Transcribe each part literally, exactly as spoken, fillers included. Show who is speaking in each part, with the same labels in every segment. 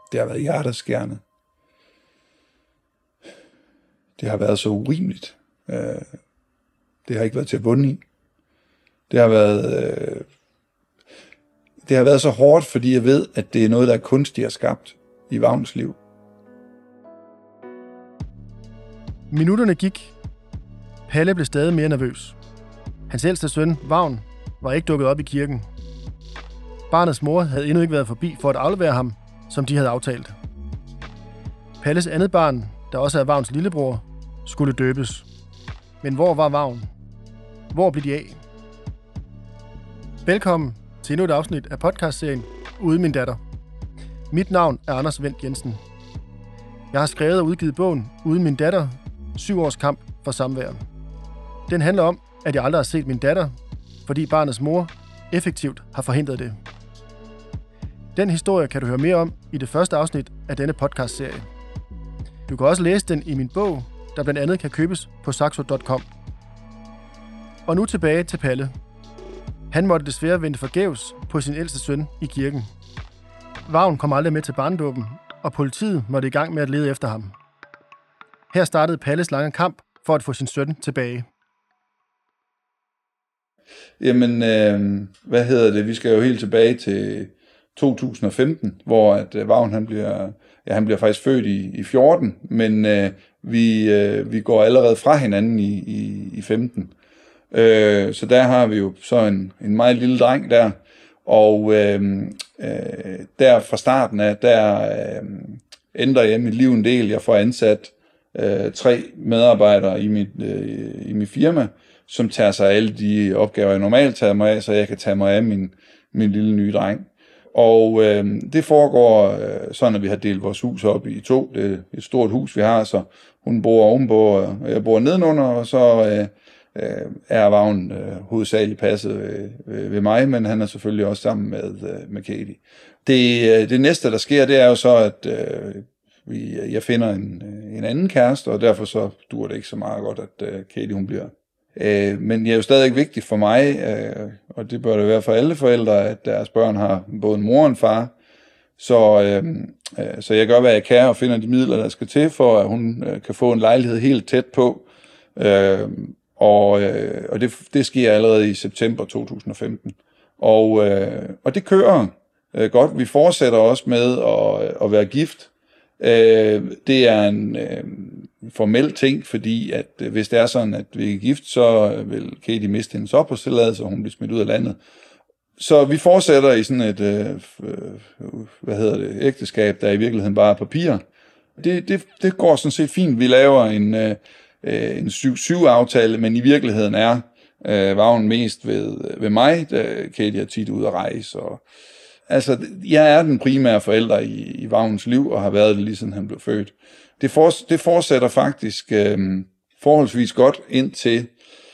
Speaker 1: Det har været hjerteskærende. Det har været så urimeligt. Det har ikke været til at vunde i. Det har været, det har været så hårdt, fordi jeg ved, at det er noget, der er kunstigt og skabt i Vagns liv.
Speaker 2: Minutterne gik. Palle blev stadig mere nervøs. Hans ældste søn, Vagn, var ikke dukket op i kirken. Barnets mor havde endnu ikke været forbi for at aflevere ham, som de havde aftalt. Palles andet barn, der også er Vagns lillebror, skulle døbes. Men hvor var Vagn? Hvor blev de af? Velkommen til endnu et afsnit af podcastserien Uden min datter. Mit navn er Anders Wendt Jensen. Jeg har skrevet og udgivet bogen Uden min datter, syv års kamp for samvær. Den handler om, at jeg aldrig har set min datter, fordi barnets mor effektivt har forhindret det. Den historie kan du høre mere om i det første afsnit af denne podcastserie. Du kan også læse den i min bog, der blandt andet kan købes på saxo punktum com. Og nu tilbage til Palle. Han måtte desværre vente forgæves på sin ældste søn i kirken. Vagn kom aldrig med til barnedåben, og politiet måtte i gang med at lede efter ham. Her startede Palles lange kamp for at få sin søn tilbage.
Speaker 1: Jamen, øh, hvad hedder det? Vi skal jo helt tilbage til to tusind og femten, hvor at øh, Vagn han bliver, ja, han bliver faktisk født i, i fjorten, men øh, vi, øh, vi går allerede fra hinanden i, i, i femten. Øh, så der har vi jo så en, en meget lille dreng der, og øh, øh, der fra starten af, der øh, ændrer jeg mit liv en del. Jeg får ansat øh, tre medarbejdere i mit, øh, i mit firma, som tager sig af alle de opgaver, jeg normalt tager mig af, så jeg kan tage mig af min, min lille nye dreng. Og øh, det foregår øh, sådan, at vi har delt vores hus op i to. Det er et stort hus, vi har, så hun bor ovenpå, og jeg bor nedenunder, og så øh, øh, er Vagn øh, hovedsageligt passet øh, ved mig, men han er selvfølgelig også sammen med, øh, med Katie. Det, øh, det næste, der sker, det er jo så, at øh, vi, jeg finder en, en anden kæreste, og derfor så dur det ikke så meget godt, at øh, Katie hun bliver. Øh, men det er jo stadig vigtigt for mig, øh, og det bør det være for alle forældre, at deres børn har både en mor og en far. Så, øh, øh, så jeg gør, hvad jeg kan, og finder de midler, der skal til, for at hun øh, kan få en lejlighed helt tæt på. Øh, og øh, og det, det sker allerede i september to tusind og femten. Og, øh, og det kører øh, godt. Vi fortsætter også med at, at være gift. Øh, det er en øh, formel ting, fordi at øh, hvis det er sådan, at vi er gift, så vil Katie miste hendes opholdstilladelse, og hun bliver smidt ud af landet. Så vi fortsætter i sådan et øh, hvad hedder det, ægteskab, der i virkeligheden bare er papir. Det, det, det går sådan set fint. Vi laver en, øh, en syv syv aftale, men i virkeligheden er øh, Vagn mest ved, ved mig, da Katie er tit ude at rejse. Og, altså, jeg er den primære forælder i, i Vagns liv, og har været det lige siden han blev født. Det, for, det fortsætter faktisk øh, forholdsvis godt indtil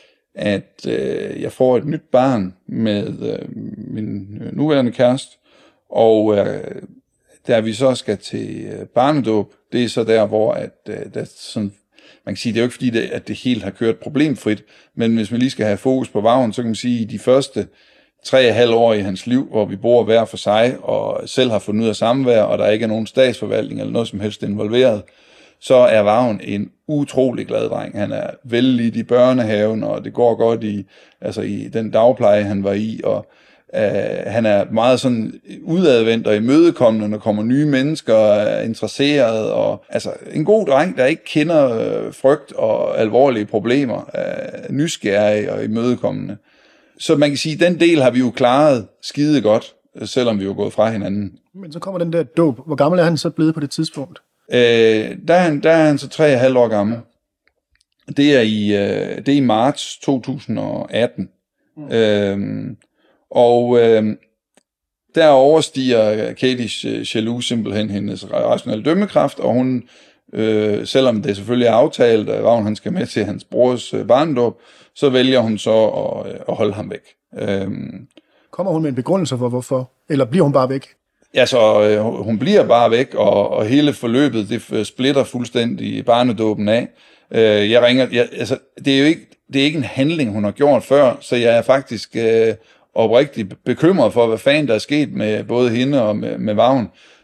Speaker 1: at øh, jeg får et nyt barn med øh, min nuværende kæreste, og øh, der vi så skal til øh, barnedåb, det er så der, hvor at, øh, der sådan, man kan sige, det er jo ikke fordi, det, at det helt har kørt problemfrit, men hvis man lige skal have fokus på Vagn, så kan man sige, at de første tre og et halvt år i hans liv, hvor vi bor hver for sig, og selv har fundet ud af samvær, og der ikke er nogen statsforvaltning eller noget som helst involveret, så er Vagn en utrolig glad dreng. Han er vældig i børnehaven, og det går godt i, altså i den dagpleje, han var i, og øh, han er meget sådan udadvendt og imødekommende, når der kommer nye mennesker, er interesseret, og altså en god dreng, der ikke kender øh, frygt og alvorlige problemer, er nysgerrig og imødekommende. Så man kan sige, at den del har vi jo klaret skide godt, selvom vi jo er gået fra hinanden.
Speaker 2: Men så kommer den der dåb. Hvor gammel er han så blevet på det tidspunkt?
Speaker 1: Øh, der, er han, der er han så tre og et halvt år gammel. Det er i, øh, det er i marts to tusind og atten. Mm. Øhm, og øh, der overstiger Katies jaloux simpelthen hendes rationelle dømmekraft, og hun, øh, selvom det selvfølgelig er aftalt, at Vagn han skal med til hans brors øh, barnedåb, så vælger hun så at, at holde ham væk. Øhm,
Speaker 2: Kommer hun med en begrundelse for hvorfor? Eller bliver hun bare væk?
Speaker 1: Ja, så øh, hun bliver bare væk, og, og hele forløbet, det splitter fuldstændig barnedåben af. Øh, jeg ringer, jeg, altså, det er jo ikke, det er ikke en handling, hun har gjort før, så jeg er faktisk øh, oprigtigt bekymret for, hvad fanden der er sket med både hende og med, med Vagn.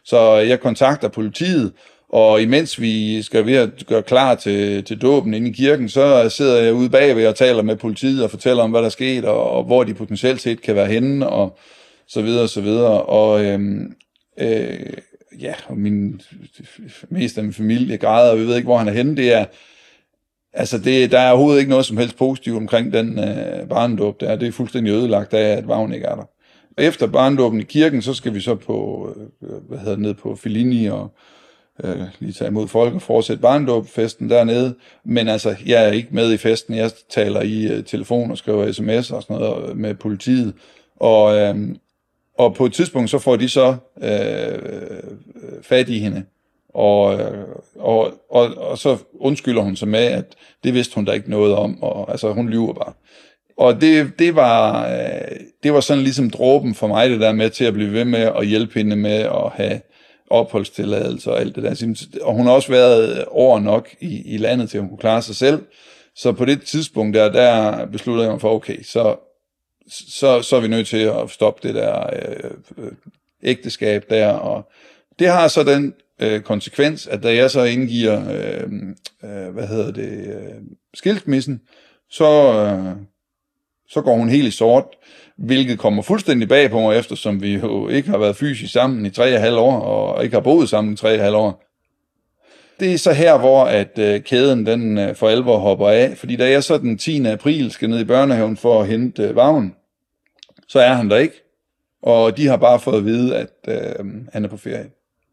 Speaker 1: Så jeg kontakter politiet, og imens vi skal ved at gøre klar til, til dåben inde i kirken, så sidder jeg ude bagved og taler med politiet og fortæller om, hvad der skete, og, og hvor de potentielt set kan være henne, og så videre, og så videre. Og øhm, øh, ja, og min, mest af min familie græder, og vi ved ikke, hvor han er henne. Det er, altså det, der er overhovedet ikke noget som helst positivt omkring den øh, barnedåb der. Det er fuldstændig ødelagt af, at Vagn ikke er der. Efter barnedåben i kirken, så skal vi så på, øh, hvad hedder det, ned på Fellini og øh, lige tage imod folk og fortsætte barnedåbfesten dernede. Men altså, jeg er ikke med i festen. Jeg taler i øh, telefon og skriver sms'er og sådan noget med politiet. Og, øh, og på et tidspunkt, så får de så øh, fat i hende. Og, og, og, og så undskylder hun sig med, at det vidste hun da ikke noget om. Og, altså, hun lyver bare. Og det, det, var, det var sådan ligesom dråben for mig, det der med til at blive ved med at hjælpe hende med at have opholdstilladelse og alt det der. Og hun har også været år nok i, i landet til, at hun kunne klare sig selv. Så på det tidspunkt der, der besluttede jeg mig for, okay, så, så, så er vi nødt til at stoppe det der øh, ægteskab der. Og det har så den øh, konsekvens, at da jeg så indgiver, øh, øh, hvad hedder det, øh, skilsmissen, så... Øh, så går hun helt i sort, hvilket kommer fuldstændig bag på mig, eftersom vi jo ikke har været fysisk sammen i tre og et halvt år, og ikke har boet sammen i tre og et halvt år. Det er så her, hvor at øh, kæden den øh, for alvor hopper af, fordi da jeg så den tiende april skal ned i børnehaven for at hente øh, Vagn, så er han der ikke, og de har bare fået at vide, at øh, han er på ferie.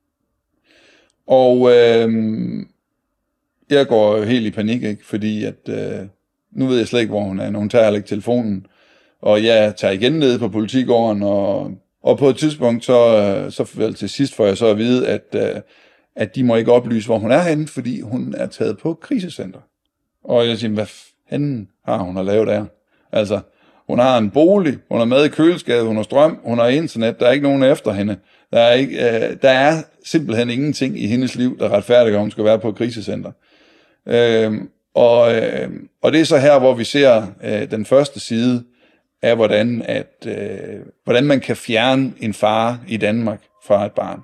Speaker 1: Og øh, jeg går helt i panik, ikke, fordi at... Øh, Nu ved jeg slet ikke, hvor hun er. Hun tager heller ikke telefonen. Og jeg tager igen ned på politigården, og, og på et tidspunkt, så, så vel, til sidst får jeg så at vide, at, at de må ikke oplyse, hvor hun er henne, fordi hun er taget på krisecenter. Og jeg siger, hvad fanden har hun at lave der? Altså, hun har en bolig, hun har mad i køleskabet, hun har strøm, hun har internet, der er ikke nogen efter hende. Der er, ikke, der er simpelthen ingenting i hendes liv, der retfærdiggør, at hun skal være på et krisecenter. Øhm, Og, øh, og det er så her, hvor vi ser øh, den første side af, hvordan, at, øh, hvordan man kan fjerne en far i Danmark fra et barn.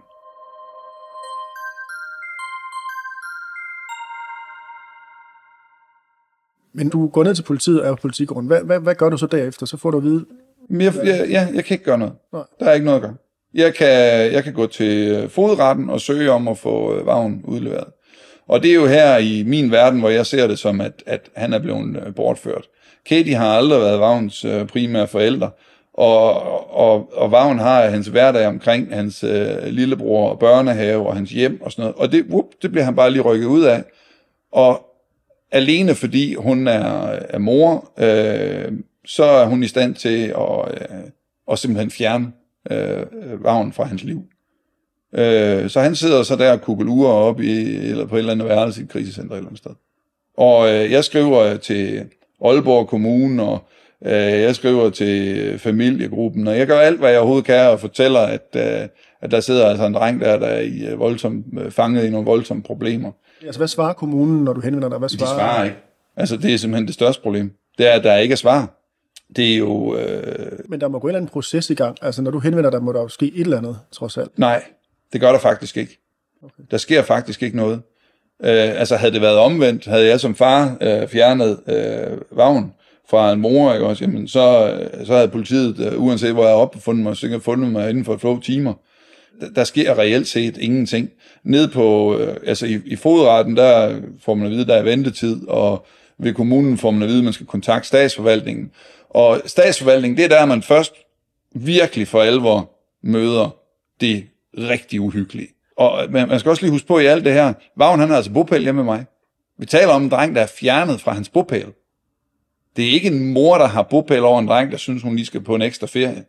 Speaker 2: Men du går ned til politiet og er på politigården. Hvad, hvad, hvad gør du så derefter? Så får du at vide...
Speaker 1: Jeg, jeg, jeg, jeg kan ikke gøre noget.
Speaker 2: Nej.
Speaker 1: Der er ikke noget at gøre. Jeg kan, jeg kan gå til fogedretten og søge om at få Vagn udleveret. Og det er jo her i min verden, hvor jeg ser det som, at, at han er blevet bortført. Katie har aldrig været Vagns primære forælder, og, og, og Vagn har hans hverdag omkring hans øh, lillebror og børnehave og hans hjem og sådan noget. Og det, whoop, det bliver han bare lige rykket ud af. Og alene fordi hun er, er mor, øh, så er hun i stand til at, øh, at simpelthen fjerne øh, Vagn fra hans liv. Så han sidder så der og kugelurer op i, eller på et eller andet værelse i et krisecenter et eller andet sted. Og øh, jeg skriver til Aalborg Kommune, og øh, jeg skriver til familiegruppen, og jeg gør alt, hvad jeg overhovedet kan, og fortæller, at, øh, at der sidder altså en dreng der, der er i, øh, voldsom, øh, fanget i nogle voldsomme problemer.
Speaker 2: Altså, hvad svarer kommunen, når du henvender dig? Hvad svarer?
Speaker 1: De svarer ikke. Altså, det er simpelthen det største problem. Det er, at der ikke er svar. Det er jo... Øh...
Speaker 2: Men der må gå en eller anden proces i gang. Altså, når du henvender dig, må der jo ske et eller andet, trods alt.
Speaker 1: Nej. Det gør der faktisk ikke. Okay. Der sker faktisk ikke noget. Øh, altså havde det været omvendt, havde jeg som far øh, fjernet øh, Vagn fra en mor, ikke også, jamen, så, øh, så havde politiet, øh, uanset hvor jeg er oppe, fundet mig, sikkert fundet mig inden for et få timer. Der, der sker reelt set ingenting. Ned på, øh, altså i, i fogedretten, der får man at vide, der er ventetid, og ved kommunen får man at vide, at man skal kontakte statsforvaltningen. Og statsforvaltningen, det er der, man først virkelig for alvor møder det rigtig uhyggeligt. Og man skal også lige huske på i alt det her, Vagn han har altså bopæl hjemme med mig. Vi taler om en dreng, der er fjernet fra hans bopæl. Det er ikke en mor, der har bopæl over en dreng, der synes, hun lige skal på en ekstra ferie.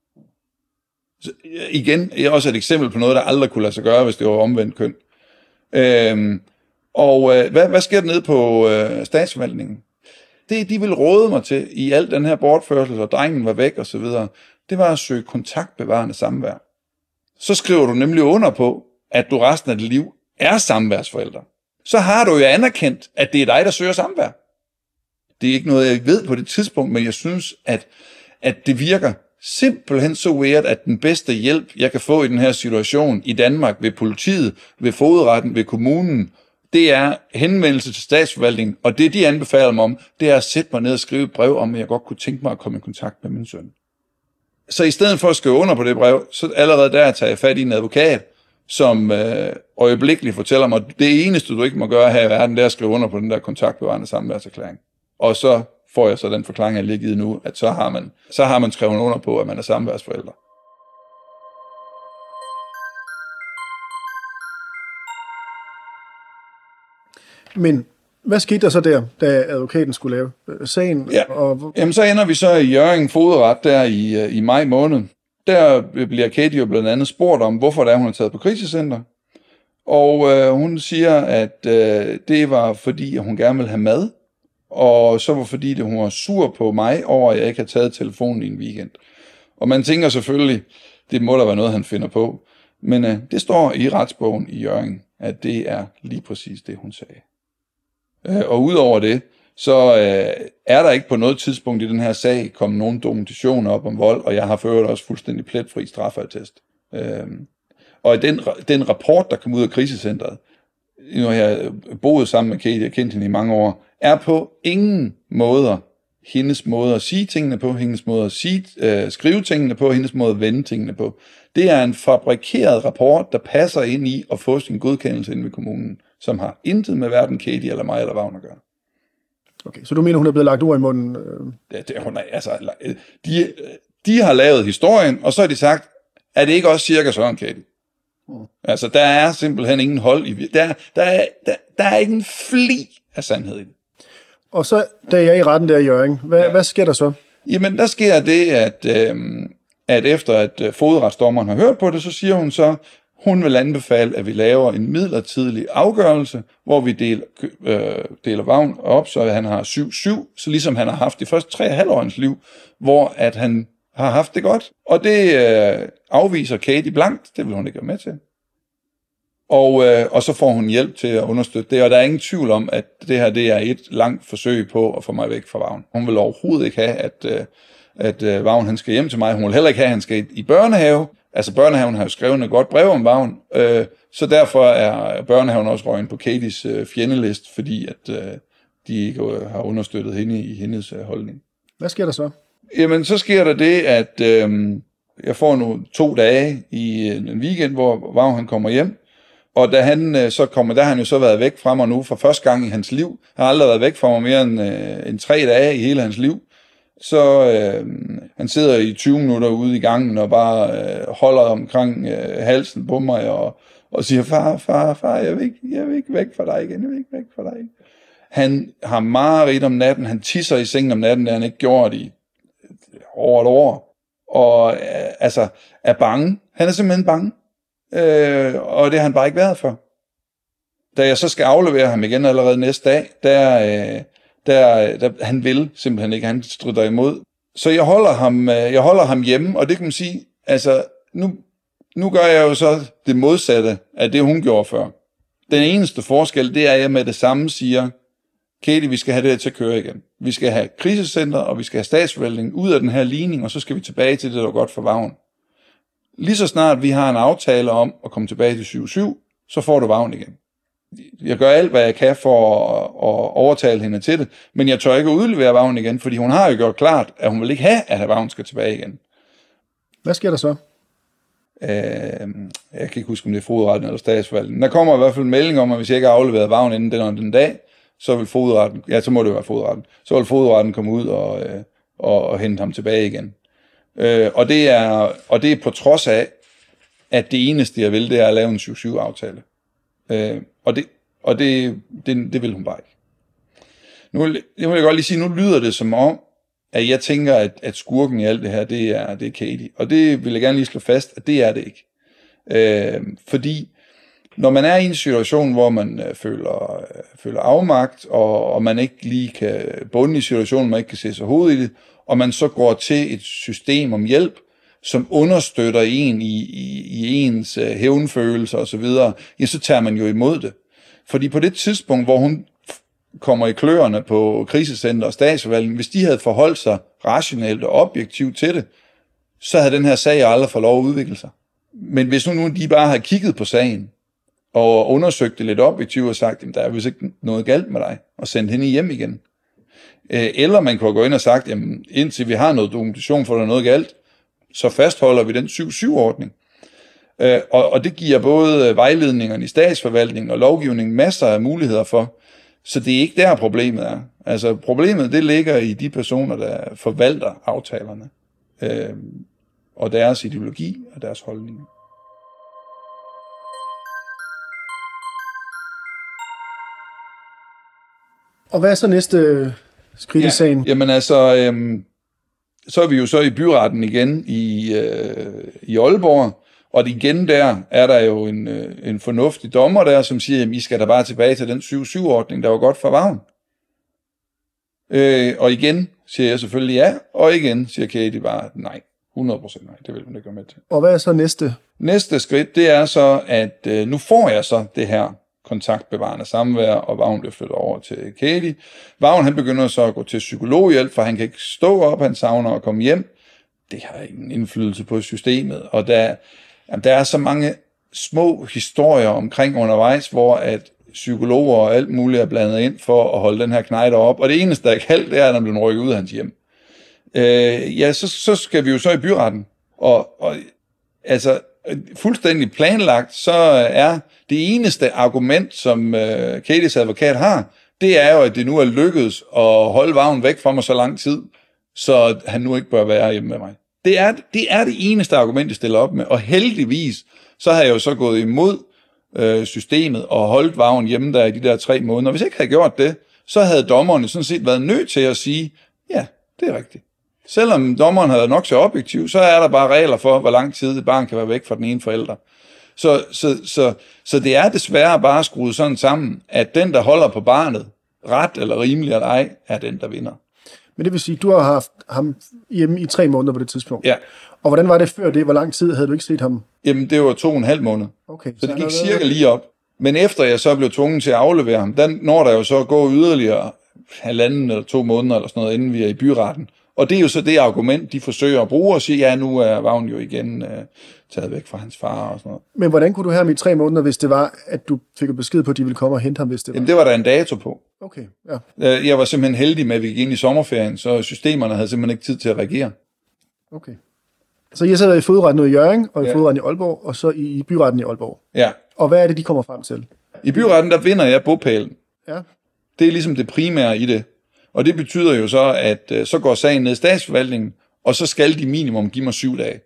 Speaker 1: Så, igen, det er også et eksempel på noget, der aldrig kunne lade sig gøre, hvis det var omvendt køn. Øhm, og øh, hvad, hvad sker der nede på øh, statsforvaltningen? Det, de ville råde mig til i al den her bortførsel, og drengen var væk og så videre, det var at søge kontaktbevarende samvær. Så skriver du nemlig under på, at du resten af dit liv er samværsforælder. Så har du jo anerkendt, at det er dig, der søger samvær. Det er ikke noget, jeg ved på det tidspunkt, men jeg synes, at, at det virker simpelthen så weird, at den bedste hjælp, jeg kan få i den her situation i Danmark, ved politiet, ved fogedretten, ved kommunen, det er henvendelse til statsforvaltningen, og det, de anbefaler mig om, det er at sætte mig ned og skrive et brev om, at jeg godt kunne tænke mig at komme i kontakt med min søn. Så i stedet for at skrive under på det brev, så allerede der tager jeg fat i en advokat, som øh, øjeblikkeligt fortæller mig, at det eneste, du ikke må gøre her i verden, det er at skrive under på den der kontaktbevarende samværserklæring. Og så får jeg så den forklaring, jeg lige givet nu, at så har man, så har man skrevet under på, at man er samværsforælder.
Speaker 2: Men hvad skete der så der, da advokaten skulle lave øh, sagen?
Speaker 1: Ja.
Speaker 2: Og...
Speaker 1: Jamen, så ender vi så i Hjørring fogedret der i, i maj måned. Der bliver Katie jo blandt andet spurgt om, hvorfor det er, hun er taget på krisecenter. Og øh, hun siger, at øh, det var fordi, at hun gerne ville have mad. Og så var fordi, at hun var sur på mig over, at jeg ikke havde taget telefonen i en weekend. Og man tænker selvfølgelig, det må da være noget, han finder på. Men øh, det står i retsbogen i Hjørring, at det er lige præcis det, hun sagde. Øh, og udover det, så øh, er der ikke på noget tidspunkt i den her sag kommet nogen dokumentation op om vold, og jeg har ført også fuldstændig pletfri straffeattest. Øh, og den, den rapport, der kom ud af krisecentret, nu har jeg boet sammen med Katie, jeg kendt hende i mange år, er på ingen måder hendes måde at sige tingene på, hendes måde at sige, øh, skrive tingene på, hendes måde at vende tingene på. Det er en fabrikeret rapport, der passer ind i at få sin godkendelse inde ved kommunen, som har intet med hverken Katie eller mig eller Vagn at gøre.
Speaker 2: Okay, så du mener, hun er blevet lagt ord i munden? Øh...
Speaker 1: Ja, det, hun er, altså, de, de har lavet historien, og så har de sagt, er det ikke også cirka sådan, Katie? Mm. Altså, der er simpelthen ingen hold i der, der, er, der, der er ikke en fli af sandhed i det.
Speaker 2: Og så, da jeg er i retten der i Hjørring, hvad, ja. hvad sker der så?
Speaker 1: Jamen, der sker det, at, øh, at efter at fogedretsdommeren har hørt på det, så siger hun så, hun vil anbefale, at vi laver en midlertidig afgørelse, hvor vi deler, øh, deler Vagn op, så han har syv syv, så ligesom han har haft de første tre og halv årens liv, hvor at han har haft det godt. Og det øh, afviser Katie blankt, det vil hun ikke være med til. Og, øh, og så får hun hjælp til at understøtte det, og der er ingen tvivl om, at det her det er et langt forsøg på at få mig væk fra Vagn. Hun vil overhovedet ikke have, at, øh, at øh, Vagn han skal hjem til mig. Hun vil heller ikke have, at han skal i børnehave. Altså børnehaven har jo skrevet et godt brev om Vagn, øh, så derfor er børnehaven også røget på Katies øh, fjendelist, fordi at øh, de ikke øh, har understøttet hende i hendes øh, holdning.
Speaker 2: Hvad sker der så?
Speaker 1: Jamen, så sker der det, at øh, jeg får nu to dage i en weekend, hvor Vagn han kommer hjem, og da han øh, så kommer, der har han jo så været væk fra mig nu for første gang i hans liv. Han har aldrig været væk fra mig mere end, øh, end tre dage i hele hans liv. Så øh, han sidder i tyve minutter ude i gangen og bare øh, holder omkring øh, halsen på mig og, og siger, far, far, far, jeg vil, ikke, jeg vil ikke væk fra dig igen, jeg vil ikke væk fra dig. Han har mareridt om natten, han tisser i sengen om natten, det han ikke gjort i over et år, og øh, altså er bange. Han er simpelthen bange, øh, og det har han bare ikke været for. Da jeg så skal aflevere ham igen allerede næste dag, der... Øh, Der, der, han vil simpelthen ikke, han strider imod. Så jeg holder ham, jeg holder ham hjemme, og det kan man sige, altså, nu, nu gør jeg jo så det modsatte af det, hun gjorde før. Den eneste forskel, det er, at jeg med det samme siger, Katie, vi skal have det her til at køre igen. Vi skal have krisecenter, og vi skal have statsforvaltningen ud af den her ligning, og så skal vi tilbage til det, der er godt for Vagn. Lige så snart vi har en aftale om at komme tilbage til syv syv, så får du Vagn igen. Jeg gør alt, hvad jeg kan for at, at overtale hende til det, men jeg tør ikke udlevere Vagn igen, fordi hun har jo gjort klart, at hun vil ikke have, at Vagn skal tilbage igen.
Speaker 2: Hvad sker der så?
Speaker 1: Øh, jeg kan ikke huske, om det er fogedretten eller statsforvaltningen. Der kommer i hvert fald en melding om, at hvis jeg ikke har afleveret Vagn inden den, den dag, så vil fogedretten, ja, så må det være fogedretten, så vil fogedretten komme ud og, øh, og, og hente ham tilbage igen. Øh, og, det er, og det er på trods af, at det eneste, jeg vil, det er at lave en syv syv-aftale. Øh, og det, og det, det, det vil hun bare ikke. Nu, det må jeg godt lige sige, nu lyder det som om, at jeg tænker, at, at skurken i alt det her, det er, det er Katie. Og det vil jeg gerne lige slå fast, at det er det ikke. Øh, fordi når man er i en situation, hvor man øh, føler, øh, føler afmagt, og, og man ikke lige kan bunde i situationen, man ikke kan se sig hovedet i det, og man så går til et system om hjælp, som understøtter en i, i, i ens øh, hævnfølelser og så videre, ja, så tager man jo imod det. Fordi på det tidspunkt, hvor hun kommer i kløerne på krisecenter og statsforvaltningen, hvis de havde forholdt sig rationelt og objektivt til det, så havde den her sag aldrig fået lov at udvikle sig. Men hvis nu, nu de bare har kigget på sagen, og undersøgt det lidt objektivt og sagt, at der er vist ikke noget galt med dig, og sendt hende hjem igen. Eller man kunne gå ind og sagt, jamen indtil vi har noget dokumentation for, at der er noget galt, så fastholder vi den syv syv-ordning. Og, og det giver både vejledningerne i statsforvaltningen og lovgivningen masser af muligheder for, så det er ikke der problemet er. Altså problemet det ligger i de personer, der forvalter aftalerne, øh, og deres ideologi og deres holdninger.
Speaker 2: Og hvad er så næste skridt i sagen?
Speaker 1: Ja, jamen altså, øhm, så er vi jo så i byretten igen i, øh, i Aalborg, og igen der er der jo en, øh, en fornuftig dommer der, som siger, at I skal da bare tilbage til den syv syv-ordning, der var godt for Vagn. Øh, og igen siger jeg selvfølgelig ja, og igen siger Katie bare nej. hundrede procent nej, det vil hun ikke gå med til.
Speaker 2: Og hvad er så næste?
Speaker 1: Næste skridt, det er så, at øh, nu får jeg så det her kontaktbevarende samvær, og Vagn bliver flyttet over til Katie. Vagn, han begynder så at gå til psykologhjælp, for han kan ikke stå op, han savner at komme hjem. Det har ingen indflydelse på systemet, og der, jamen, der er så mange små historier omkring undervejs, hvor at psykologer og alt muligt er blandet ind for at holde den her knejder op, og det eneste, der er kaldt, det er, at han bliver rykket ud af hans hjem. Øh, ja, så, så skal vi jo så i byretten, og, og altså fuldstændig planlagt, så er det eneste argument, som øh, Katies advokat har, det er jo, at det nu er lykkedes at holde Vagn væk fra mig så lang tid, så han nu ikke bør være hjemme med mig. Det er det, er det eneste argument, jeg stiller op med, og heldigvis, så har jeg jo så gået imod øh, systemet og holdt Vagn hjemme der i de der tre måneder. Hvis jeg ikke havde gjort det, så havde dommerne sådan set været nødt til at sige, ja, det er rigtigt. Selvom dommeren havde nok så objektiv, så er der bare regler for, hvor lang tid et barn kan være væk fra den ene forælder. Så, så, så, så det er desværre bare skruet sådan sammen, at den, der holder på barnet, ret eller rimelig eller ej, er den, der vinder.
Speaker 2: Men det vil sige, at du har haft ham hjemme i tre måneder på det tidspunkt.
Speaker 1: Ja.
Speaker 2: Og hvordan var det før det? Hvor lang tid havde du ikke set ham?
Speaker 1: Jamen, det var to og en halv måned.
Speaker 2: Okay,
Speaker 1: så det gik cirka lige op. Men efter jeg så blev tvunget til at aflevere ham, den når der jo så at gå yderligere halvanden eller to måneder eller sådan noget, inden vi er i byretten. Og det er jo så det argument, de forsøger at bruge og sige, ja, nu er Vagn jo igen øh, taget væk fra hans far og sådan noget.
Speaker 2: Men hvordan kunne du have ham i tre måneder, hvis det var, at du fik besked på, at de ville komme og hente ham, hvis det var?
Speaker 1: Jamen, det var der en dato på.
Speaker 2: Okay, ja.
Speaker 1: Jeg var simpelthen heldig med, at vi gik ind i sommerferien, så systemerne havde simpelthen ikke tid til at reagere.
Speaker 2: Okay. Så I så været i fodretten nu i Hjørring, og i
Speaker 1: ja.
Speaker 2: fodretten i Aalborg, og så i byretten i Aalborg.
Speaker 1: Ja.
Speaker 2: Og hvad er det, de kommer frem til?
Speaker 1: I byretten, der vinder jeg bopælen.
Speaker 2: Ja.
Speaker 1: Det er ligesom det primære i det. Og det betyder jo så, at øh, så går sagen ned i statsforvaltningen, og så skal de minimum give mig syv dage.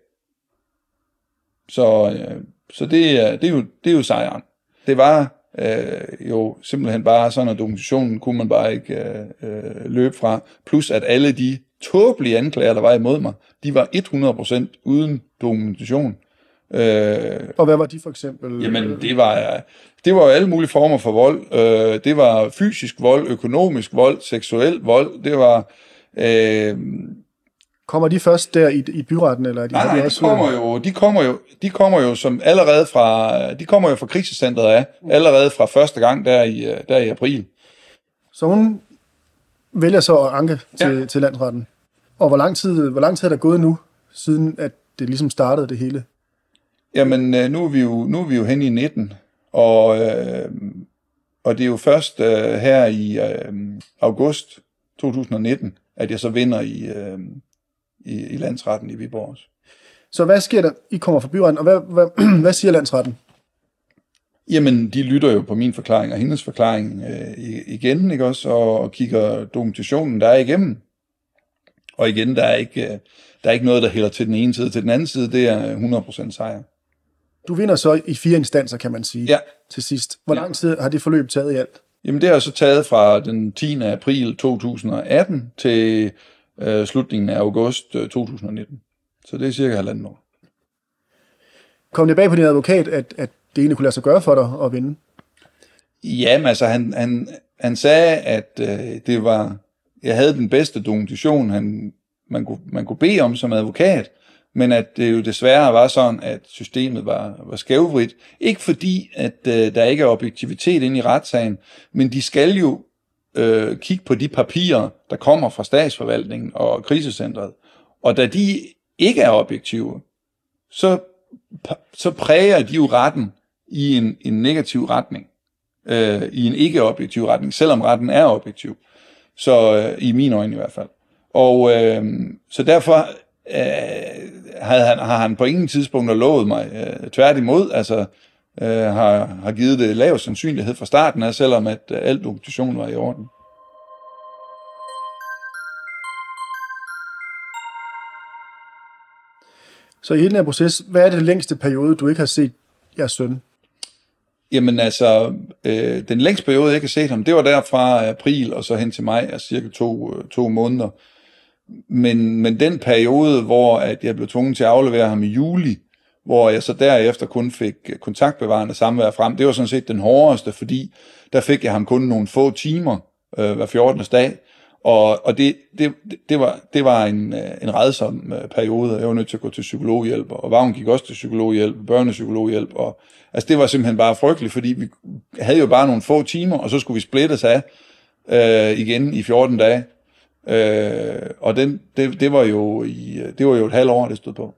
Speaker 1: Så, øh, så det, er, det, er jo, det er jo sejren. Det var øh, jo simpelthen bare sådan, at dokumentationen kunne man bare ikke øh, løbe fra. Plus at alle de tåbelige anklager, der var imod mig, de var hundrede procent uden dokumentation.
Speaker 2: Øh, og hvad var de for eksempel?
Speaker 1: Jamen, det var, det var jo alle mulige former for vold. Øh, det var fysisk vold, økonomisk vold, seksuel vold. Det var... Øh,
Speaker 2: kommer de først der i, i byretten, eller er de?
Speaker 1: Nej, nej, de kommer jo, de kommer jo, de kommer jo som allerede fra, de kommer jo fra krisecentret af, allerede fra første gang der i, der i april.
Speaker 2: Så hun vælger så at anke til, ja. til landsretten. Og hvor lang tid, hvor lang tid er der gået nu, siden at det ligesom startede det hele?
Speaker 1: Jamen, nu er vi jo, nu er vi jo hen i nitten, og, øh, og det er jo først øh, her i øh, august to tusind nitten, at jeg så vinder i, øh, i, i landsretten i Viborg også.
Speaker 2: Så hvad sker der? I kommer fra byretten, og hvad, hvad, hvad siger landsretten?
Speaker 1: Jamen, de lytter jo på min forklaring og hendes forklaring øh, igen, ikke også, og, og kigger dokumentationen, der er igennem. Og igen, der er ikke, øh, der er ikke noget, der hælder til den ene side. Til den anden side, det er hundrede procent sejr.
Speaker 2: Du vinder så i fire instanser, kan man sige,
Speaker 1: ja.
Speaker 2: til sidst. Hvor lang tid har det forløb taget i alt?
Speaker 1: Jamen, det har så taget fra den tiende april to tusind atten til øh, slutningen af august to tusind nitten. Så det er cirka halvanden år.
Speaker 2: Kom det bag på din advokat, at, at det egentlig kunne lade sig gøre for dig at vinde?
Speaker 1: Jamen, altså, han, han, han sagde, at øh, det var... Jeg havde den bedste dokumentation, han, man, kunne, man kunne bede om som advokat, men at det jo desværre var sådan, at systemet var, var skævvridt. Ikke fordi, at øh, der ikke er objektivitet inde i retssagen, men de skal jo øh, kigge på de papirer, der kommer fra statsforvaltningen og krisecentret. Og da de ikke er objektive, så, så præger de jo retten i en, en negativ retning, øh, i en ikke-objektiv retning, selvom retten er objektiv, så øh, i mine øjne i hvert fald. Og øh, så derfor øh, havde han, har han på ingen tidspunkt lovet mig øh, tværtimod, altså øh, har, har givet det lav sandsynlighed fra starten af, selvom at øh, al dokumentation var i orden.
Speaker 2: Så i hele den her proces, hvad er det længste periode, du ikke har set jeres søn?
Speaker 1: Jamen altså, øh, den længste periode, jeg ikke har set ham, det var der fra april og så hen til maj, altså cirka to, to måneder. Men, men den periode, hvor at jeg blev tvunget til at aflevere ham i juli, hvor jeg så derefter kun fik kontaktbevarende samvær frem, det var sådan set den hårdeste, fordi der fik jeg ham kun nogle få timer øh, hver fjortende dag, og, og det, det, det, var, det var en, en rædsom periode. Jeg var nødt til at gå til psykologhjælp, og Vagn gik også til psykologhjælp, børnepsykologhjælp, og altså det var simpelthen bare frygteligt, fordi vi havde jo bare nogle få timer, og så skulle vi splittes af øh, igen i fjorten dage. Øh, og den, det, det, var jo i, det var jo et halvt år, det stod på.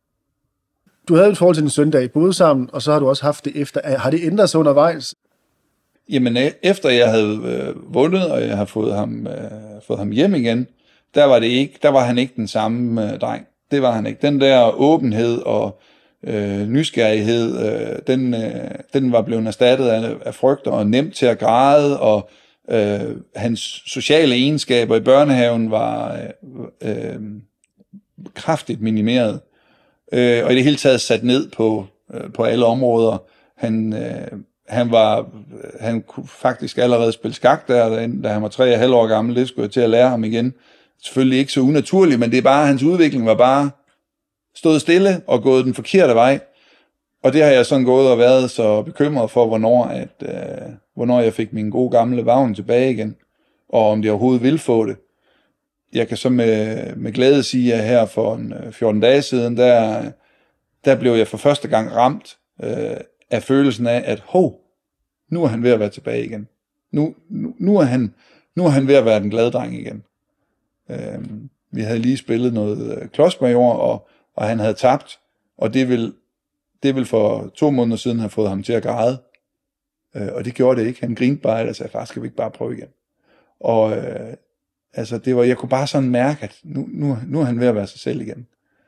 Speaker 2: Du havde et forhold til den søndag, boede sammen, og så har du også haft det efter. Har det ændret sig undervejs?
Speaker 1: Jamen, efter jeg havde øh, vundet, og jeg har fået ham, øh, fået ham hjem igen, der var, det ikke, der var han ikke den samme øh, dreng. Det var han ikke. Den der åbenhed og øh, nysgerrighed, øh, den, øh, den var blevet erstattet af, af frygt og nemt til at græde, og øh, hans sociale egenskaber i børnehaven var øh, øh, kraftigt minimeret. Øh, og i det hele taget sat ned på, øh, på alle områder. Han... Øh, Han var, han kunne faktisk allerede spille skak der, da han var tre og et halvt år gammel. Det skulle jeg til at lære ham igen. Selvfølgelig ikke så unaturligt, men det er bare, hans udvikling var bare stået stille og gået den forkerte vej. Og det har jeg sådan gået og været så bekymret for, hvornår, at, øh, hvornår jeg fik min gode gamle Vagn tilbage igen, og om de overhovedet vil få det. Jeg kan så med, med glæde sige, at her for en fjorten dage siden, der, der blev jeg for første gang ramt øh, af følelsen af, at hov, nu er han ved at være tilbage igen. Nu, nu, nu, er, han, nu er han ved at være den glade dreng igen. Øhm, vi havde lige spillet noget klodsmajor, og, og han havde tabt, og det vil, det vil for to måneder siden have fået ham til at græde. Øh, og det gjorde det ikke. Han grinte bare, og sagde, far, skal vi ikke bare prøve igen? Og øh, altså, det var, jeg kunne bare sådan mærke, at nu, nu, nu er han ved at være sig selv igen.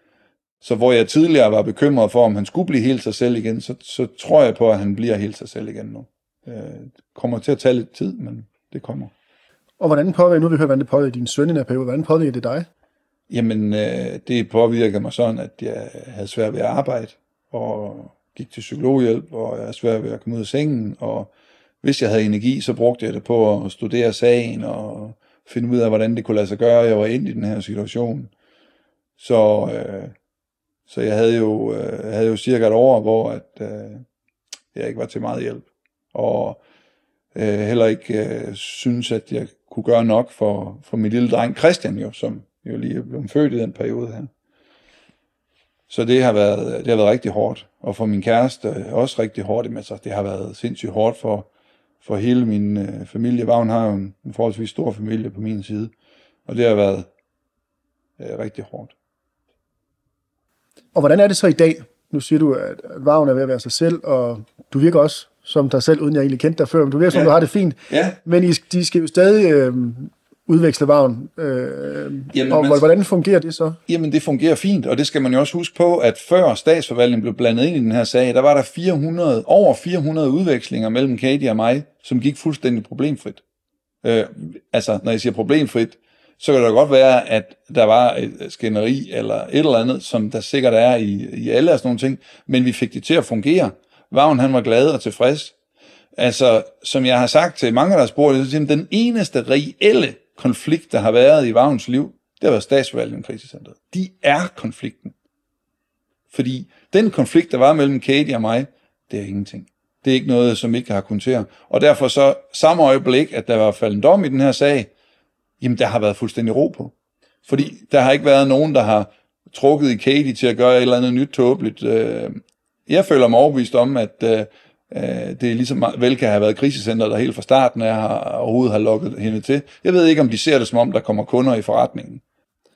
Speaker 1: Så hvor jeg tidligere var bekymret for, om han skulle blive helt sig selv igen, så, så tror jeg på, at han bliver helt sig selv igen nu. Det kommer til at tage lidt tid, men det kommer.
Speaker 2: Og hvordan påvirker, nu vil vi høre, hvordan det påvirker din søn i den her periode, hvordan påvirker det dig?
Speaker 1: Jamen, det påvirker mig sådan, at jeg havde svært ved at arbejde, og gik til psykologhjælp, og jeg havde svært ved at komme ud af sengen, og hvis jeg havde energi, så brugte jeg det på at studere sagen, og finde ud af, hvordan det kunne lade sig gøre, jeg var inde i den her situation. Så... Øh, Så jeg havde jo, øh, havde jo cirka et år, hvor at, øh, jeg ikke var til meget hjælp. Og øh, heller ikke øh, synes, at jeg kunne gøre nok for, for min lille dreng Christian, jo, som jo lige er blevet født i den periode her. Så det har været, det har været rigtig hårdt. Og for min kæreste også rigtig hårdt. Men så det har været sindssygt hårdt for, for hele min øh, familie. Vagn har jo en, en forholdsvis stor familie på min side. Og det har været øh, rigtig hårdt.
Speaker 2: Og hvordan er det så i dag? Nu siger du, at Vagn er ved at være sig selv, og du virker også som dig selv, uden jeg egentlig kendte dig før, men du virker som, ja. Du har det fint.
Speaker 1: Ja.
Speaker 2: Men I, de skal jo stadig øh, udveksle Vagn. Øh, jamen, og men, hvordan fungerer det så?
Speaker 1: Jamen, det fungerer fint, og det skal man jo også huske på, at før statsforvaltningen blev blandet ind i den her sag, der var der fire hundrede, over fire hundrede udvekslinger mellem Katie og mig, som gik fuldstændig problemfrit. Øh, altså, når jeg siger problemfrit, så kan det godt være, at der var et skænderi eller et eller andet, som der sikkert er i, i alle af sådan nogle ting, men vi fik det til at fungere. Vagn, han var glad og tilfreds. Altså, som jeg har sagt til mange, der har spurgt, så den eneste reelle konflikt, der har været i Vagns liv, det har været statsforvaltningen og krisecentret. De er konflikten. Fordi den konflikt, der var mellem Katie og mig, det er ingenting. Det er ikke noget, som ikke har kunnet til. Og derfor så, samme øjeblik, at der var faldet en dom i den her sag, jamen der har været fuldstændig ro på. Fordi der har ikke været nogen, der har trukket i Katie til at gøre et eller andet nyt tåbeligt. Jeg føler mig overbevist om, at det ligesom vel kan have været krisecentret, der helt fra starten af har, overhovedet har lukket hende til. Jeg ved ikke, om de ser det som om, der kommer kunder i forretningen.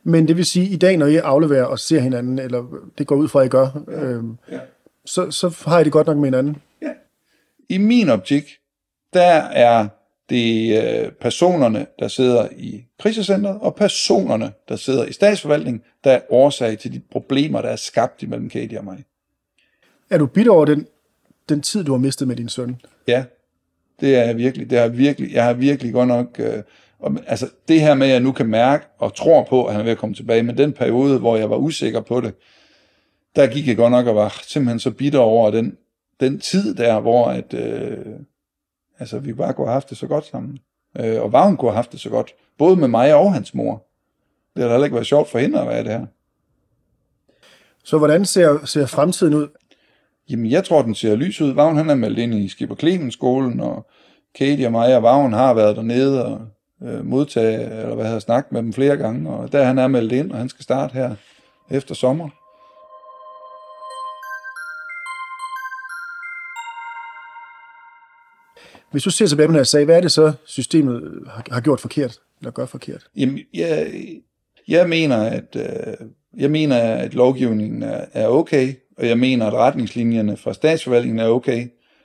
Speaker 2: Men det vil sige, i dag, når I afleverer og ser hinanden, eller det går ud fra, at I gør,
Speaker 1: Ja.
Speaker 2: øh,
Speaker 1: Ja.
Speaker 2: så, så har I det godt nok med hinanden.
Speaker 1: Ja. I min optik, der er det øh, personerne, der sidder i krisecentret, og personerne, der sidder i statsforvaltningen, der er årsag til de problemer, der er skabt imellem Katie og mig.
Speaker 2: Er du bitter over den, den tid, du har mistet med din søn?
Speaker 1: Ja, det er jeg virkelig. Det er virkelig. Jeg har virkelig godt nok... Øh, og, altså det her med, at jeg nu kan mærke og tror på, at han er ved at komme tilbage, men den periode, hvor jeg var usikker på det, der gik jeg godt nok og var simpelthen så bitter over den, den tid der, hvor at, øh, altså, vi bare kunne have haft det så godt sammen. Øh, og Vagn kunne have haft det så godt. Både med mig og hans mor. Det har heller ikke været sjovt for hende at være det her.
Speaker 2: Så hvordan ser, ser fremtiden ud?
Speaker 1: Jamen, jeg tror, den ser lys ud. Vagn, han er meldt ind i Skipper Clemens skolen, og Katie og mig og Vagn har været dernede og øh, modtage, eller hvad hedder, snakket med dem flere gange, og der han er meldt ind, og han skal starte her efter sommer.
Speaker 2: Hvis du ser tilbage på den her sag, hvad er det så, systemet har, har gjort forkert, eller gør forkert?
Speaker 1: Jamen, jeg, jeg mener, at øh, jeg mener, at lovgivningen er, er okay, og jeg mener, at retningslinjerne fra statsforvaltningen er okay.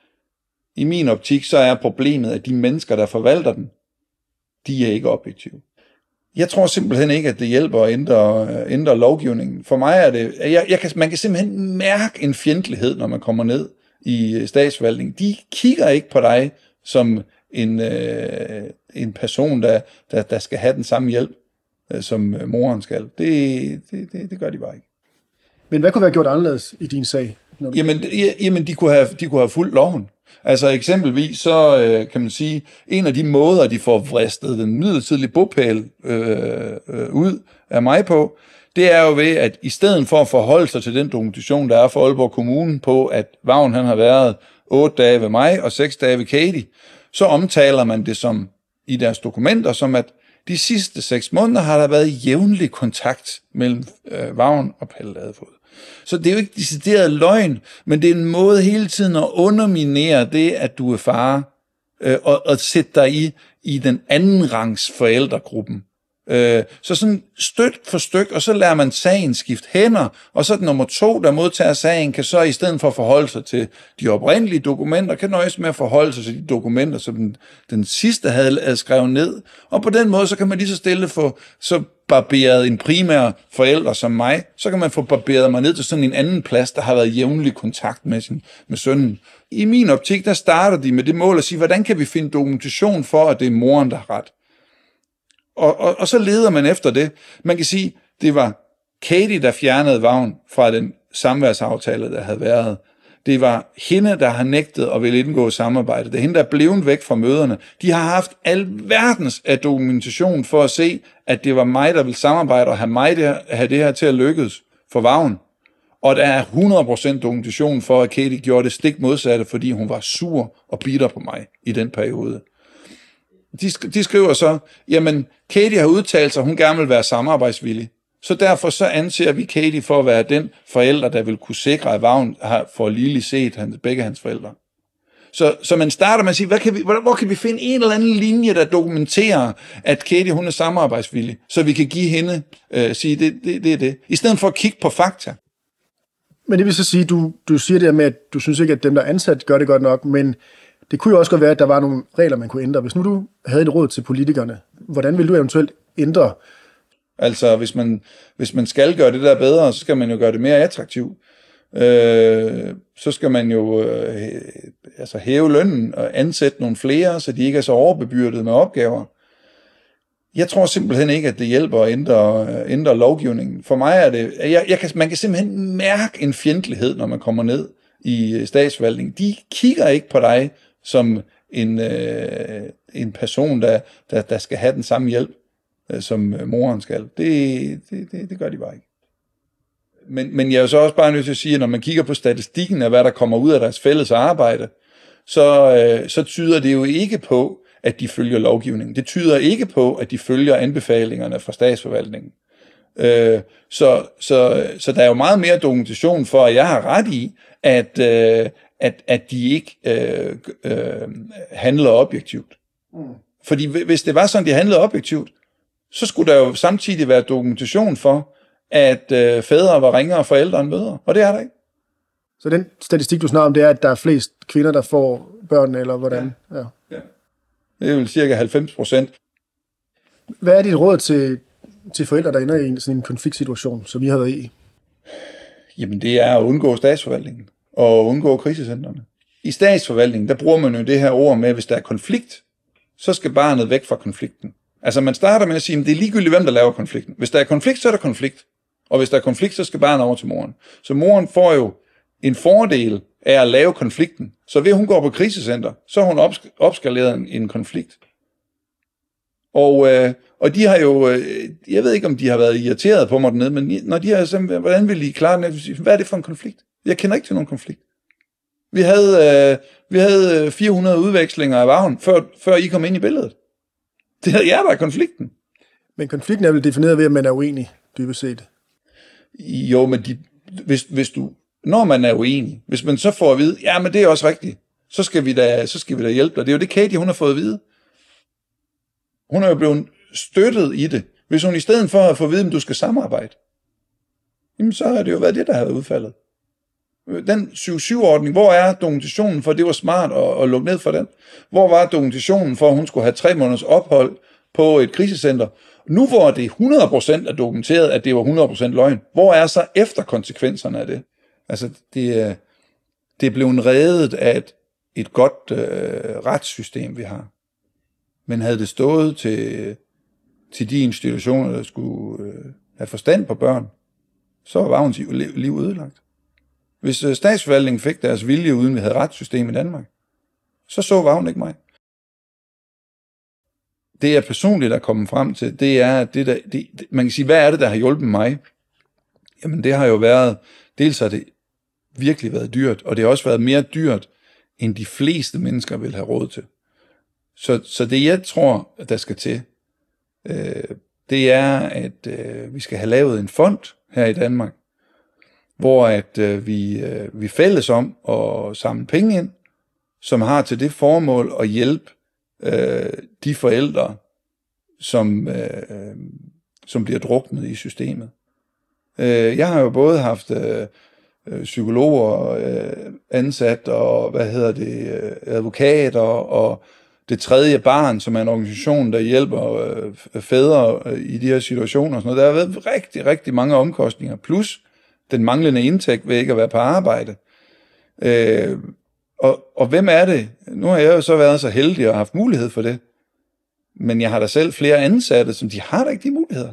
Speaker 1: I min optik, så er problemet, at de mennesker, der forvalter den, de er ikke objektive. Jeg tror simpelthen ikke, at det hjælper at ændre, ændre lovgivningen. For mig er det, jeg, jeg kan, man kan simpelthen mærke en fjendtlighed, når man kommer ned i statsforvaltningen. De kigger ikke på dig som en, øh, en person, der, der, der skal have den samme hjælp, øh, som moren skal. Det, det, det, det gør de bare ikke.
Speaker 2: Men hvad kunne være gjort anderledes i din sag? Når du...
Speaker 1: Jamen, jamen de, kunne have, de kunne have fulgt loven. Altså eksempelvis, så øh, kan man sige, en af de måder, de får vristet den midlertidige bopæl øh, øh, ud af mig på, det er jo ved, at i stedet for at forholde sig til den dokumentation, der er for Aalborg Kommune på, at Vagn han har været otte dage ved mig og seks dage ved Katie, så omtaler man det som i deres dokumenter, som at de sidste seks måneder har der været jævnlig kontakt mellem øh, Vagn og Pelle Ladefod. Så det er jo ikke decideret løgn, men det er en måde hele tiden at underminere det, at du er far, øh, og, og sætte dig i, i den anden rangs forældregruppen. Øh, så sådan støt for styk, og så lærer man sagen skifte hænder, og så den nummer to, der modtager sagen, kan så i stedet for at forholde sig til de oprindelige dokumenter, kan nøjes med at forholde sig til de dokumenter, som den, den sidste havde, havde skrevet ned. Og på den måde, så kan man lige så stille få så barberet en primær forælder som mig, så kan man få barberet mig ned til sådan en anden plads, der har været jævnlig kontakt med, sin, med sønnen. I min optik, der starter de med det mål at sige, hvordan kan vi finde dokumentation for, at det er moren, der har ret? Og, og, og så leder man efter det. Man kan sige, det var Katie, der fjernede Vagn fra den samværsaftale, der havde været. Det var hende, der har nægtet at ville indgå samarbejde. Det er hende, der er blevet væk fra møderne. De har haft alverdens af dokumentation for at se, at det var mig, der ville samarbejde og have, mig der, have det her til at lykkes for Vagn. Og der er hundrede procent dokumentation for, at Katie gjorde det stik modsatte, fordi hun var sur og bitter på mig i den periode. De, de skriver så, jamen, Katie har udtalt sig, hun gerne vil være samarbejdsvillig. Så derfor så anser vi Katie for at være den forælder, der vil kunne sikre, at Vagn har for ligeligt set hans, begge hans forældre. Så, så man starter med at sige, hvad kan vi, hvor, hvor kan vi finde en eller anden linje, der dokumenterer, at Katie hun er samarbejdsvillig, så vi kan give hende, øh, sige, det, det, det er det. I stedet for at kigge på fakta.
Speaker 2: Men det vil så sige, du, du siger det med, at du synes ikke, at dem, der er ansat, gør det godt nok, men det kunne jo også godt være, at der var nogle regler, man kunne ændre. Hvis nu du havde et råd til politikerne, hvordan ville du eventuelt ændre?
Speaker 1: Altså, hvis man, hvis man skal gøre det der bedre, så skal man jo gøre det mere attraktivt. Øh, så skal man jo øh, altså hæve lønnen og ansætte nogle flere, så de ikke er så overbebyrdet med opgaver. Jeg tror simpelthen ikke, at det hjælper at ændre, ændre lovgivningen. For mig er det, jeg, jeg kan, man kan simpelthen mærke en fjendtlighed, når man kommer ned i statsforvaltningen. De kigger ikke på dig som en, øh, en person, der, der, der skal have den samme hjælp, øh, som moren skal. Det, det, det, det gør de bare ikke. Men, men jeg er jo så også bare nødt til at sige, at når man kigger på statistikken af, hvad der kommer ud af deres fælles arbejde, så, øh, så tyder det jo ikke på, at de følger lovgivningen. Det tyder ikke på, at de følger anbefalingerne fra statsforvaltningen. Øh, så, så, så der er jo meget mere dokumentation for, at jeg har ret i, at, øh, at, at de ikke øh, øh, handler objektivt. Mm. Fordi hvis det var sådan, de handlede objektivt, så skulle der jo samtidig være dokumentation for, at øh, fædre var ringere forældre end mødre, og det er der ikke.
Speaker 2: Så den statistik, du snakker om, det er, at der er flest kvinder, der får børn, eller hvordan? Ja. Ja.
Speaker 1: Ja. Det er jo cirka halvfems procent.
Speaker 2: Hvad er dit råd til, til forældre, der ender i en, sådan en konfliktsituation, som vi har været i?
Speaker 1: Jamen, det er at undgå statsforvaltningen og undgå krisecentrene. I statsforvaltningen, der bruger man jo det her ord med, at hvis der er konflikt, så skal barnet væk fra konflikten. Altså, man starter med at sige, at det er ligegyldigt, hvem der laver konflikten. Hvis der er konflikt, så er der konflikt. Og hvis der er konflikt, så skal barnet over til moren. Så moren får jo en fordel af at lave konflikten. Så ved hun går på krisecenter, så har hun opsk- opskaleret en, en konflikt. Og, øh, og de har jo, øh, jeg ved ikke, om de har været irriteret på mig dernede, men når de har simpelthen, hvordan vil I klare den? Hvad er det for en konflikt? Jeg kender ikke til nogen konflikt. Vi havde, øh, vi havde fire hundrede udvekslinger af vagn, før, før I kom ind i billedet. Det er jer, der er konflikten.
Speaker 2: Men konflikten er vel defineret ved, at man er uenig, dybest set.
Speaker 1: Jo, men de, hvis, hvis du, når man er uenig, hvis man så får at vide, ja, men det er også rigtigt, så skal vi da, så skal vi da hjælpe dig. Det er jo det, Katie, hun har fået at vide. Hun er jo blevet støttet i det. Hvis hun i stedet for at få at vide, at du skal samarbejde, jamen så har det jo været det, der har udfaldet. Den syv syv-ordning, hvor er dokumentationen for, at det var smart at, at lukke ned for den? Hvor var dokumentationen for, at hun skulle have tre måneders ophold på et krisecenter? Nu hvor det hundrede procent er dokumenteret, at det var hundrede procent løgn, hvor er så efter konsekvenserne af det? Altså, det er, det er blevet reddet af et, et godt øh, retssystem, vi har. Men havde det stået til, til de institutioner, der skulle øh, have forstand på børn, så var Vagns liv ødelagt. Hvis øh, statsforvaltningen fik deres vilje, uden vi havde retssystem i Danmark, så så Vagn ikke mig. Det jeg personligt er kommet frem til, det er, at det der, det, man kan sige, hvad er det, der har hjulpet mig? Jamen det har jo været, dels har det virkelig været dyrt, og det har også været mere dyrt, end de fleste mennesker vil have råd til. Så, så det jeg tror, der skal til, øh, det er, at øh, vi skal have lavet en fond her i Danmark, hvor at øh, vi, øh, vi fælles om at samle penge ind, som har til det formål at hjælpe øh, de forældre, som, øh, som bliver druknet i systemet. Øh, jeg har jo både haft øh, psykologer øh, ansat, og hvad hedder det, øh, advokater, og Det Tredje Barn, som er en organisation, der hjælper øh, fædre øh, i de her situationer. Og sådan noget. Der har været rigtig, rigtig mange omkostninger, plus den manglende indtægt ved ikke at være på arbejde. Øh, og, og hvem er det? Nu har jeg jo så været så heldig og haft mulighed for det. Men jeg har da selv flere ansatte, som de har da ikke de muligheder.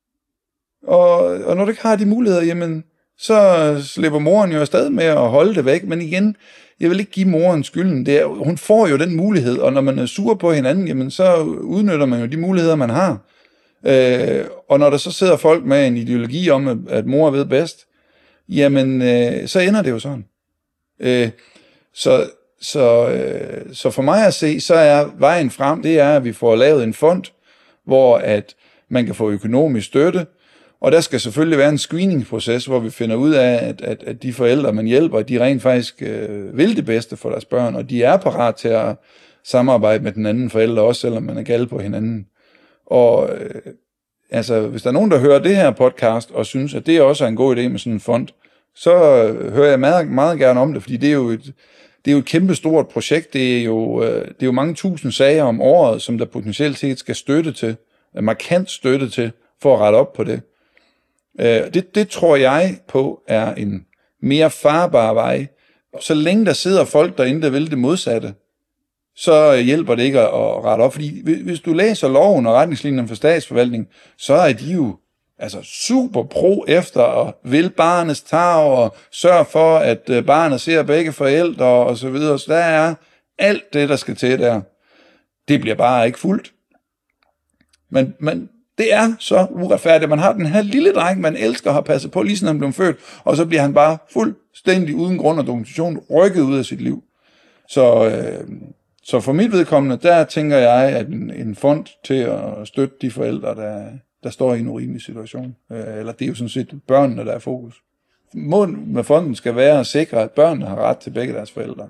Speaker 1: Og, og når du ikke har de muligheder, jamen, så slipper moren jo afsted med at holde det væk. Men igen, jeg vil ikke give moren skylden. Det er, hun får jo den mulighed, og når man er sur på hinanden, jamen, så udnytter man jo de muligheder, man har. Øh, og når der så sidder folk med en ideologi om, at, at mor ved bedst, jamen, øh, så ender det jo sådan. Øh, så, så, øh, så for mig at se, så er vejen frem, det er, at vi får lavet en fond, hvor at man kan få økonomisk støtte, og der skal selvfølgelig være en screeningsproces, hvor vi finder ud af, at, at, at de forældre, man hjælper, de rent faktisk øh, vil det bedste for deres børn, og de er parat til at samarbejde med den anden forælder, også selvom man er gal på hinanden. Og øh, altså, hvis der er nogen, der hører det her podcast, og synes, at det også er en god idé med sådan en fond, så øh, hører jeg meget, meget gerne om det, fordi det er jo et, det er jo et kæmpe stort projekt. Det er jo, øh, det er jo mange tusind sager om året, som der potentielt set skal støtte til, markant støtte til, for at rette op på det. Øh, det, det tror jeg på er en mere farbar vej. Så længe der sidder folk derinde, der vil det modsatte, så hjælper det ikke at, at rette op. Fordi hvis du læser loven og retningslinjerne for statsforvaltning, så er de jo altså super pro efter at vil barnets tarv og sørge for, at barnet ser begge forældre og så videre. Så der er alt det, der skal til der. Det bliver bare ikke fuldt. Men, men det er så uretfærdigt. Man har den her lille dreng, man elsker og har passet på, lige siden han blev født, og så bliver han bare fuldstændig uden grund og dokumentation rykket ud af sit liv. Så, øh, så for mit vedkommende, der tænker jeg, at en, en fond til at støtte de forældre, der, der står i en urimelig situation. Øh, eller det er jo sådan set børnene, der er fokus. Målet med fonden skal være at sikre, at børnene har ret til begge deres forældre.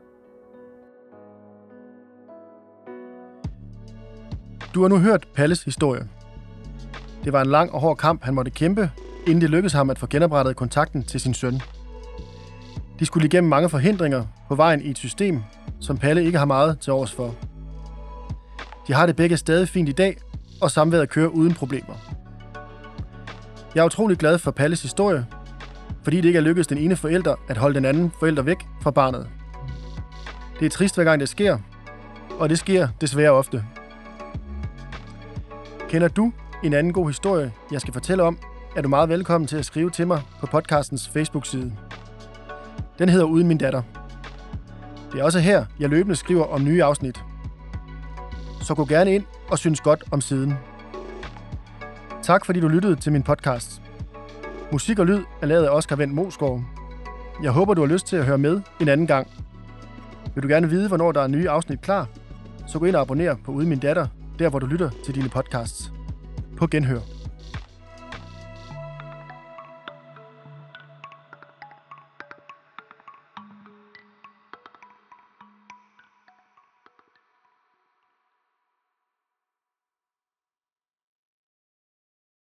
Speaker 2: Du har nu hørt Palles historie. Det var en lang og hård kamp, han måtte kæmpe, inden det lykkedes ham at få genoprettet kontakten til sin søn. De skulle igennem mange forhindringer på vejen i et system, som Palle ikke har meget til overs for. De har det begge stadig fint i dag, og samværet kører uden problemer. Jeg er utrolig glad for Palles historie, fordi det ikke er lykkedes den ene forælder at holde den anden forælder væk fra barnet. Det er trist hver gang det sker, og det sker desværre ofte. Kender du en anden god historie, jeg skal fortælle om, er du meget velkommen til at skrive til mig på podcastens Facebook-side. Den hedder Uden min datter. Det er også her, jeg løbende skriver om nye afsnit. Så gå gerne ind og synes godt om siden. Tak fordi du lyttede til min podcast. Musik og lyd er lavet af Oscar Wendt Moesgaard. Jeg håber, du har lyst til at høre med en anden gang. Vil du gerne vide, hvornår der er nye afsnit klar, så gå ind og abonner på Uden min datter, der hvor du lytter til dine podcasts. På genhør.